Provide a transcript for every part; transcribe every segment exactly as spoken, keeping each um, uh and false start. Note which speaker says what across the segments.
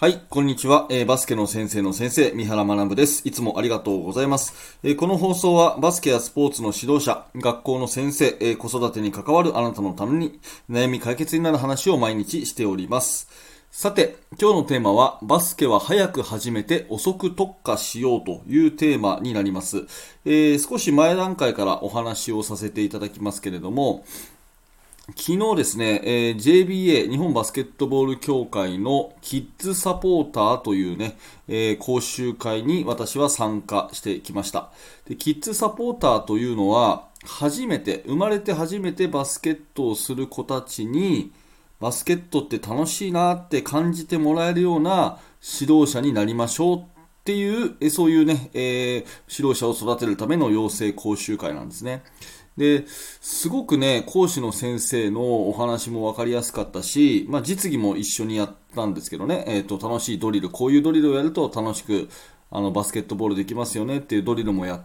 Speaker 1: はい、こんにちは、えーバスケの先生の先生、三原学です。いつもありがとうございます。えーこの放送はバスケやスポーツの指導者、学校の先生、えー子育てに関わるあなたのために悩み解決になる話を毎日しております。さて、今日のテーマは、バスケは早く始めて遅く特化しようというテーマになります。えー少し前段階からお話をさせていただきますけれども、昨日ですね、えー ジェービーエー 日本バスケットボール協会のキッズサポーターというね、えー講習会に私は参加してきました。で、キッズサポーターというのは、初めて、生まれて初めてバスケットをする子たちに、バスケットって楽しいなって感じてもらえるような指導者になりましょうっていう、えそういうね、えー指導者を育てるための養成講習会なんですね。で、すごくね、講師の先生のお話も分かりやすかったし、まあ、実技も一緒にやったんですけどね、えっと、楽しいドリル、こういうドリルをやると楽しく、あの、バスケットボールできますよねっていうドリルもやって、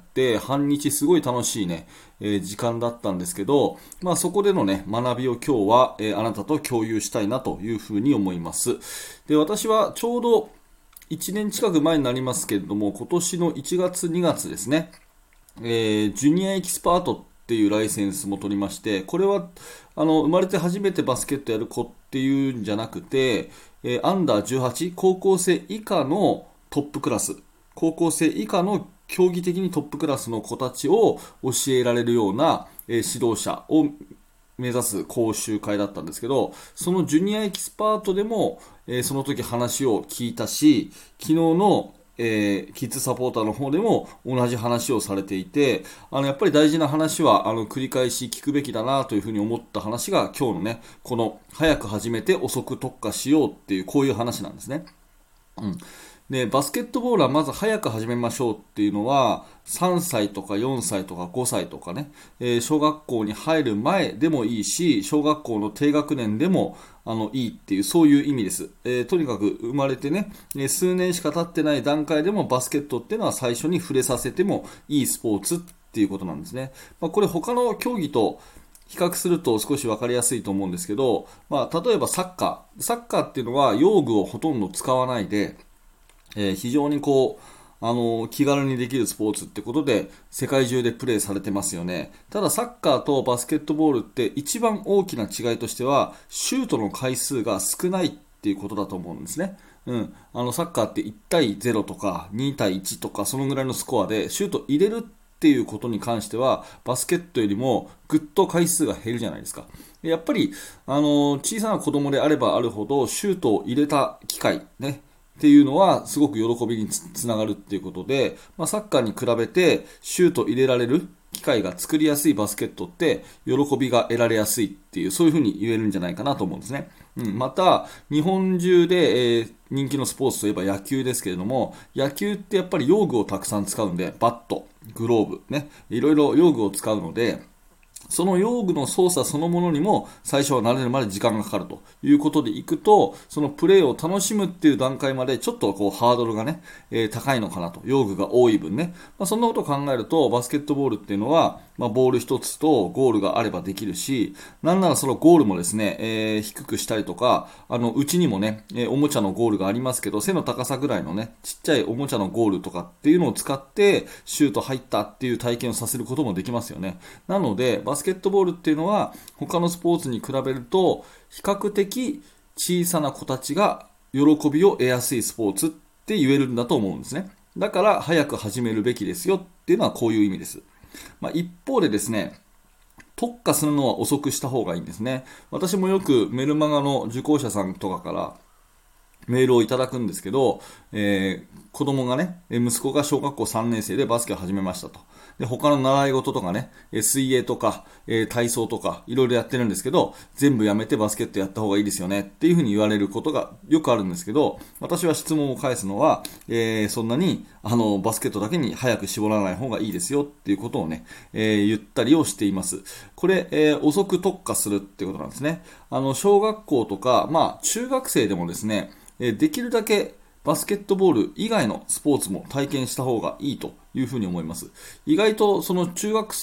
Speaker 1: 半日すごい楽しいね、えー時間だったんですけど、まあ、そこでのね、学びを今日は、えーあなたと共有したいなというふうに思います。で、私はちょうどいちねん近く前になりますけれども、今年のいちがつ、にがつですね、えージュニアエキスパートっていうライセンスも取りまして、これはあの生まれて初めてバスケットやる子っていうんじゃなくて、えーアンダーじゅうはち、高校生以下のトップクラス、高校生以下の競技的にトップクラスの子たちを教えられるような、えー指導者を目指す講習会だったんですけど、そのジュニアエキスパートでも、えーその時話を聞いたし、昨日のえーキッズサポーターの方でも同じ話をされていて、あのやっぱり大事な話はあの繰り返し聞くべきだなというふうに思った話が今日のね、この早く始めて遅く特化しようっていうこういう話なんですね。うん、でバスケットボールはまず早く始めましょうっていうのはさんさいとかよんさいとかごさいとかね、えー小学校に入る前でもいいし、小学校の低学年でもあのいいっていうそういう意味です。えーとにかく生まれてね、えー数年しか経ってない段階でもバスケットっていうのは最初に触れさせてもいいスポーツっていうことなんですね。まあ、これ他の競技と比較すると少し分かりやすいと思うんですけど、まあ、例えばサッカー。サッカーっていうのは用具をほとんど使わないで、えー非常にこう、あのー気軽にできるスポーツってことで世界中でプレーされてますよね。ただサッカーとバスケットボールって一番大きな違いとしてはシュートの回数が少ないっていうことだと思うんですね。うん、あのサッカーっていち対ゼロとかに対いちとかそのぐらいのスコアでシュート入れるっていうことに関してはバスケットよりもぐっと回数が減るじゃないですか。やっぱり、あの小さな子供であればあるほどシュートを入れた機会ねっていうのはすごく喜びにつつながるっていうことで、まあ、サッカーに比べてシュート入れられる機会が作りやすいバスケットって喜びが得られやすいっていうそういうふうに言えるんじゃないかなと思うんですね。うん、また日本中で、えー人気のスポーツといえば野球ですけれども、野球ってやっぱり用具をたくさん使うんで、バット、グローブね、いろいろ用具を使うので、その用具の操作そのものにも最初は慣れるまで時間がかかるということでいくと、そのプレーを楽しむっていう段階までちょっとこうハードルがね、えー高いのかなと。用具が多い分ね。まあ、そんなことを考えると、バスケットボールっていうのは、まあ、ボール一つとゴールがあればできるし、なんならそのゴールもですね、えー低くしたりとか、あの、うちにもね、えーおもちゃのゴールがありますけど、背の高さぐらいのね、ちっちゃいおもちゃのゴールとかっていうのを使って、シュート入ったっていう体験をさせることもできますよね。なので、バスケットボールっていうのは、他のスポーツに比べると、比較的小さな子たちが喜びを得やすいスポーツって言えるんだと思うんですね。だから、早く始めるべきですよっていうのはこういう意味です。まあ、一方でですね、特化するのは遅くした方がいいんですね。私もよくメルマガの受講者さんとかからメールをいただくんですけど、えー子供がね、息子が小学校さんねん生でバスケを始めましたと。で、他の習い事とかね、水泳とか、えー体操とか、いろいろやってるんですけど、全部やめてバスケットやった方がいいですよねっていうふうに言われることがよくあるんですけど、私は質問を返すのは、えーそんなに、あの、バスケットだけに早く絞らない方がいいですよっていうことをね、えー言ったりをしています。これ、えー遅く特化するっていうことなんですね。あの、小学校とか、まあ、中学生でもですね、えーできるだけバスケットボール以外のスポーツも体験した方がいいというふうに思います。意外とその中学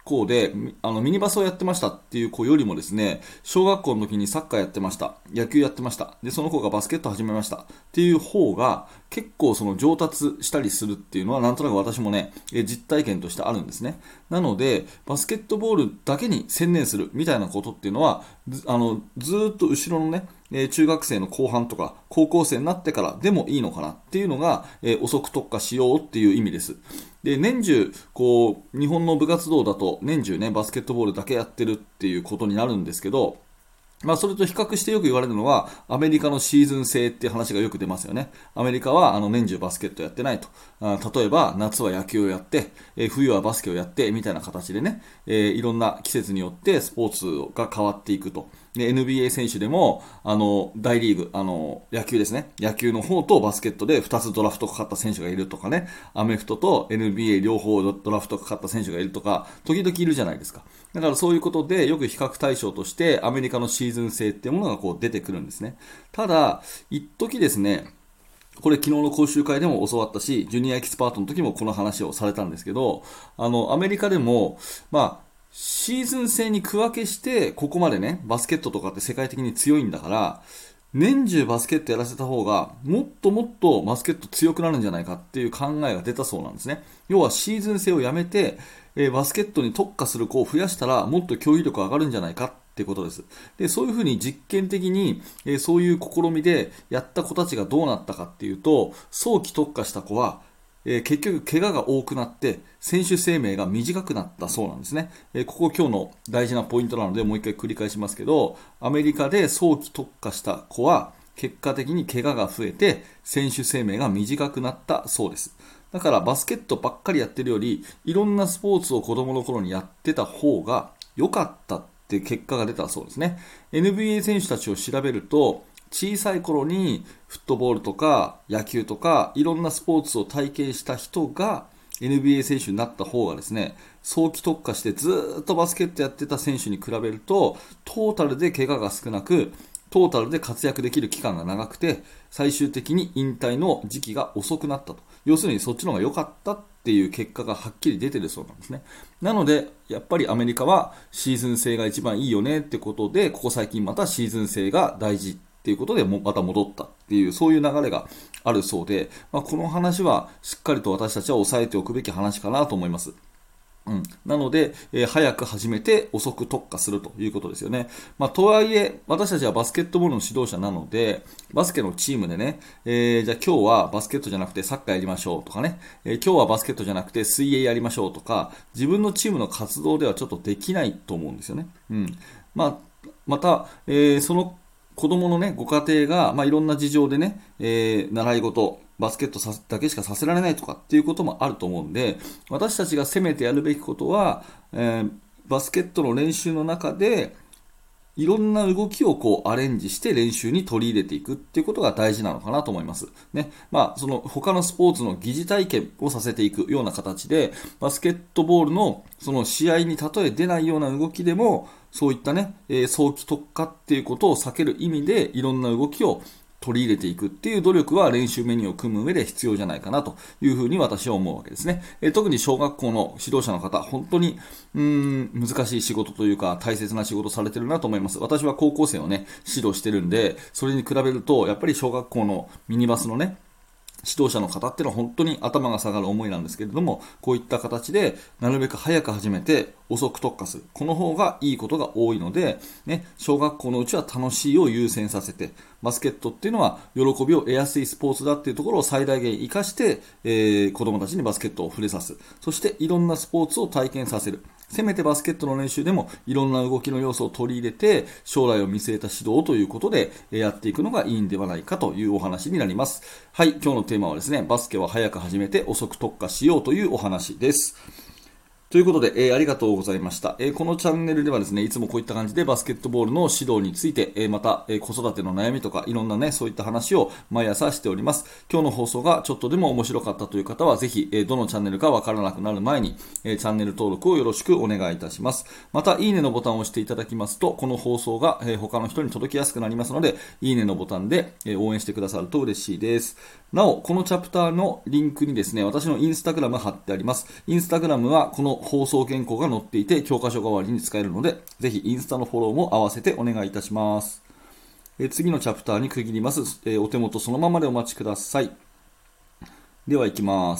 Speaker 1: 校であのミニバスをやってましたっていう子よりもですね、小学校の時にサッカーやってました、野球やってました、でその子がバスケット始めましたっていう方が結構その上達したりするっていうのはなんとなく私もね、え実体験としてあるんですね。なのでバスケットボールだけに専念するみたいなことっていうのはずあのずーっと後ろのね、えー中学生の後半とか高校生になってからでもいいのかなっていうのが、えー遅く特化しようっていう意味です。で年中こう日本の部活動だと年中ねバスケットボールだけやってるっていうことになるんですけど、まあ、それと比較してよく言われるのはアメリカのシーズン制っていう話がよく出ますよね。アメリカはあの年中バスケットやってないと。あ例えば夏は野球をやって、えー冬はバスケをやってみたいな形でね、えーいろんな季節によってスポーツが変わっていくと。で エヌビーエー 選手でもあの大リーグあの野球ですね、野球の方とバスケットでふたつドラフトかかった選手がいるとかね、アメフトと エヌビーエー 両方ドラフトかかった選手がいるとか時々いるじゃないですか。だからそういうことでよく比較対象としてアメリカのシーズン制っていうものがこう出てくるんですね。ただ一時ですね、これ昨日の講習会でも教わったし、ジュニアエキスパートの時もこの話をされたんですけど、あのアメリカでもまあシーズン制に区分けしてここまでねバスケットとかって世界的に強いんだから、年中バスケットやらせた方がもっともっとバスケット強くなるんじゃないかっていう考えが出たそうなんですね。要はシーズン制をやめて、えーバスケットに特化する子を増やしたらもっと競技力上がるんじゃないかっていうことです。でそういうふうに実験的に、えーそういう試みでやった子たちがどうなったかっていうと、早期特化した子はえー結局怪我が多くなって選手生命が短くなったそうなんですね。えーここ今日の大事なポイントなのでもう一回繰り返しますけど、アメリカで早期特化した子は結果的に怪我が増えて選手生命が短くなったそうです。だからバスケットばっかりやってるよりいろんなスポーツを子供の頃にやってた方が良かったって結果が出たそうですね。 エヌビーエー 選手たちを調べると、小さい頃にフットボールとか野球とかいろんなスポーツを体験した人が エヌビーエー 選手になった方がですね、早期特化してずーっとバスケットやってた選手に比べるとトータルで怪我が少なく、トータルで活躍できる期間が長くて最終的に引退の時期が遅くなったと。要するにそっちの方が良かったっていう結果がはっきり出てるそうなんですね。なのでやっぱりアメリカはシーズン制が一番いいよねってことで、ここ最近またシーズン制が大事っていうことでもまた戻ったっていう、そういう流れがあるそうで、まあ、この話はしっかりと私たちは押さえておくべき話かなと思います。うん、なので、えー早く始めて遅く特化するということですよね。まあ、とはいえ私たちはバスケットボールの指導者なので、バスケのチームでね、えーじゃあ今日はバスケットじゃなくてサッカーやりましょうとかね、えー今日はバスケットじゃなくて水泳やりましょうとか、自分のチームの活動ではちょっとできないと思うんですよね。うん、まあ、また、えーその子供のね、ご家庭が、まあ、いろんな事情でね、えー習い事、バスケットさだけしかさせられないとかっていうこともあると思うんで、私たちがせめてやるべきことは、えーバスケットの練習の中で、いろんな動きをこうアレンジして練習に取り入れていくっていうことが大事なのかなと思います。ね。まあ、その他のスポーツの疑似体験をさせていくような形で、バスケットボールのその試合にたとえ出ないような動きでも、そういったね、えー早期特化っていうことを避ける意味で、いろんな動きを取り入れていくっていう努力は練習メニューを組む上で必要じゃないかなというふうに私は思うわけですね。えー特に小学校の指導者の方、本当にうーん難しい仕事というか大切な仕事されてるなと思います。私は高校生をね指導してるんで、それに比べるとやっぱり小学校のミニバスのね指導者の方っていうのは本当に頭が下がる思いなんですけれども、こういった形でなるべく早く始めて遅く特化する、この方がいいことが多いので、ね、小学校のうちは楽しいを優先させて、バスケットっていうのは喜びを得やすいスポーツだっていうところを最大限活かして、えー、子供たちにバスケットを触れさす、そしていろんなスポーツを体験させる、せめてバスケットの練習でもいろんな動きの要素を取り入れて将来を見据えた指導ということでやっていくのがいいんではないかというお話になります。はい、今日のテーマはですね、バスケは早く始めて遅く特化しようというお話です。ということで、えーありがとうございました、えーこのチャンネルではですね、いつもこういった感じでバスケットボールの指導について、えーまた、えー子育ての悩みとかいろんなね、そういった話を毎朝しております。今日の放送がちょっとでも面白かったという方は、ぜひ、えーどのチャンネルかわからなくなる前に、えーチャンネル登録をよろしくお願いいたします。また、いいねのボタンを押していただきますと、この放送が、えー他の人に届きやすくなりますので、いいねのボタンで、えー応援してくださると嬉しいです。なお、このチャプターのリンクにですね、私のインスタグラム貼ってあります。インスタグラムはこの放送原稿が載っていて教科書代わりに使えるので、ぜひインスタのフォローも合わせてお願いいたします。え次のチャプターに区切ります。えお手元そのままでお待ちください。では行きます。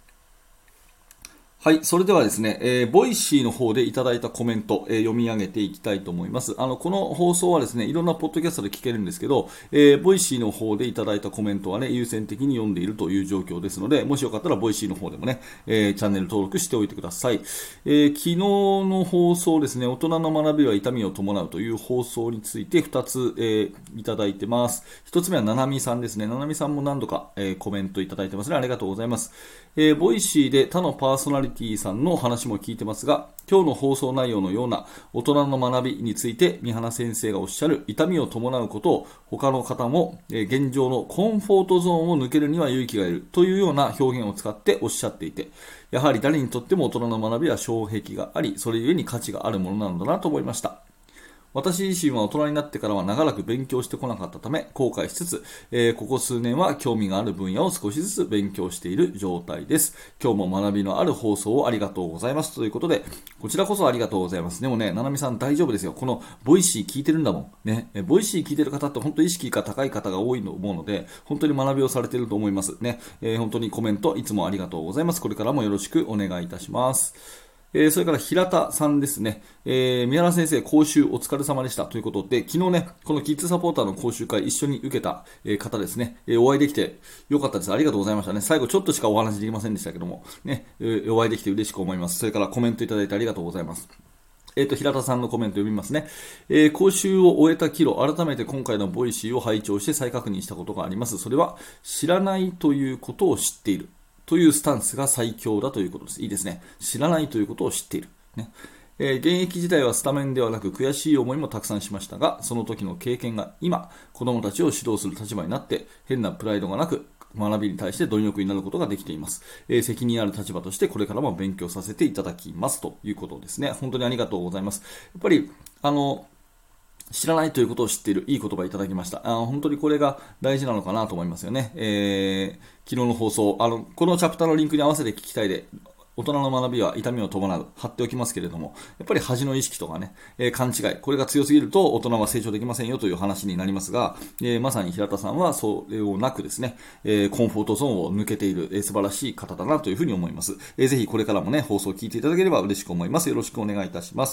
Speaker 1: はい。それではですね、えー、ボイシーの方でいただいたコメント、えー、読み上げていきたいと思います。あの、この放送はですね、いろんなポッドキャストで聞けるんですけど、えー、ボイシーの方でいただいたコメントはね、優先的に読んでいるという状況ですので、もしよかったらボイシーの方でもね、えー、チャンネル登録しておいてください。えー、昨日の放送ですね、大人の学びは痛みを伴うという放送についてふたつ、えー、いただいてます。ひとつめはななみさんですね。ななみさんも何度か、えー、コメントいただいてますね。ありがとうございます。えー、ボイシーで他のパーソナリティさんの話も聞いてますが、今日の放送内容のような大人の学びについて三花先生がおっしゃる痛みを伴うことを他の方も、えー、現状のコンフォートゾーンを抜けるには勇気がいるというような表現を使っておっしゃっていて、やはり誰にとっても大人の学びは障壁があり、それゆえに価値があるものなのだなと思いました。私自身は大人になってからは長らく勉強してこなかったため後悔しつつ、えー、ここ数年は興味がある分野を少しずつ勉強している状態です。今日も学びのある放送をありがとうございますということで、こちらこそありがとうございます。でもね、ななみさん大丈夫ですよ。このボイシー聞いてるんだもん。ね、ボイシー聞いてる方って本当に意識が高い方が多いと思うので、本当に学びをされていると思いますね。えー、本当にコメントいつもありがとうございます。これからもよろしくお願いいたします。えー、それから平田さんですね。えー、宮原先生、講習お疲れ様でしたということで、昨日ね、このキッズサポーターの講習会一緒に受けた、えー、方ですね、えー、お会いできてよかったです。ありがとうございましたね。最後ちょっとしかお話できませんでしたけども、ね、えー、お会いできて嬉しく思います。それからコメントいただいてありがとうございます。えっと、平田さんのコメント読みますね。えー、講習を終えたキロ、改めて今回のボイシーを拝聴して再確認したことがあります。それは、知らないということを知っているというスタンスが最強だということです。いいですね。知らないということを知っている。ねえー、現役時代はスタメンではなく悔しい思いもたくさんしましたが、その時の経験が今、子供たちを指導する立場になって、変なプライドがなく、学びに対して貪欲になることができています。えー、責任ある立場としてこれからも勉強させていただきますということですね。本当にありがとうございます。やっぱり、あの、知らないということを知っている、いい言葉いただきました。あ本当にこれが大事なのかなと思いますよね。えー、昨日の放送、あの、このチャプターのリンクに合わせて聞きたいで、大人の学びは痛みを伴う、貼っておきますけれども、やっぱり恥の意識とかね、えー、勘違い、これが強すぎると大人は成長できませんよという話になりますが、えー、まさに平田さんはそれをなくですね、えー、コンフォートゾーンを抜けている、えー、素晴らしい方だなというふうに思います。えー、ぜひこれからもね、放送を聞いていただければ嬉しく思います。よろしくお願いいたします。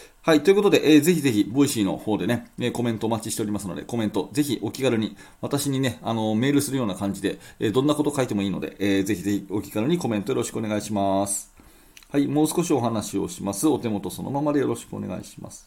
Speaker 1: はい。ということで、えー、ぜひぜひ、ボイシーの方でね、えー、コメントお待ちしておりますので、コメント、ぜひお気軽に、私にね、あの、メールするような感じで、えー、どんなこと書いてもいいので、えー、ぜひぜひお気軽にコメントよろしくお願いします。はい。もう少しお話をします。お手元そのままでよろしくお願いします。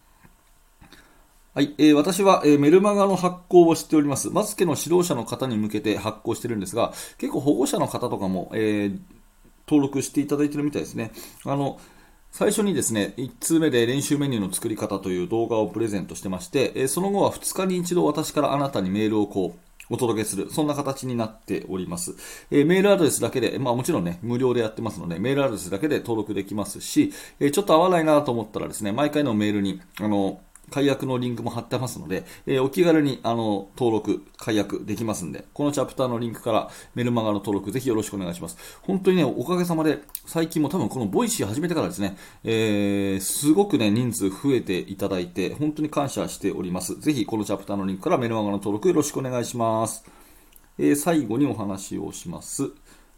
Speaker 1: はい。えー、私は、えー、メルマガの発行をしております。バスケの指導者の方に向けて発行してるんですが、結構保護者の方とかも、えー、登録していただいてるみたいですね。あの、最初にですね、いち通目で練習メニューの作り方という動画をプレゼントしてまして、その後はふつかに一度私からあなたにメールをこう、お届けする。そんな形になっております。えー、メールアドレスだけで、まあもちろんね、無料でやってますので、メールアドレスだけで登録できますし、えー、ちょっと合わないなと思ったらですね、毎回のメールに、あの、解約のリンクも貼ってますので、えー、お気軽にあの登録、解約できますんで、このチャプターのリンクからメルマガの登録ぜひよろしくお願いします。本当にね、おかげさまで最近も多分このボイシー始めてからですね、えー、すごくね、人数増えていただいて、本当に感謝しております。ぜひこのチャプターのリンクからメルマガの登録よろしくお願いします。えー、最後にお話をします。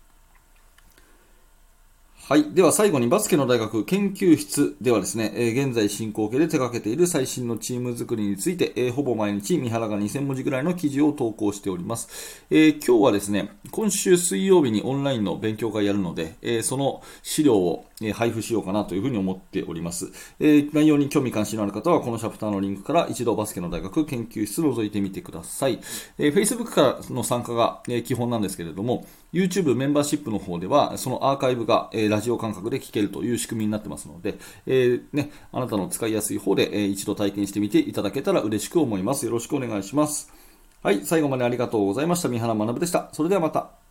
Speaker 1: はい。では最後にバスケの大学研究室ではですね、えー、現在進行形で手掛けている最新のチーム作りについて、えー、ほぼ毎日三原がにせんもじぐらいの記事を投稿しております。えー、今日はですね、今週水曜日にオンラインの勉強会やるので、えー、その資料を、えー、配布しようかなというふうに思っております。えー、内容に興味関心のある方はこのチャプターのリンクから一度バスケの大学研究室を覗いてみてください。えー、Facebook からの参加が、えー、基本なんですけれども、YouTube メンバーシップの方ではそのアーカイブが、えー、ラジオ感覚で聞けるという仕組みになってますので、えーね、あなたの使いやすい方で、えー、一度体験してみていただけたら嬉しく思います。よろしくお願いします。はい、最後までありがとうございました。三原学でした。それではまた。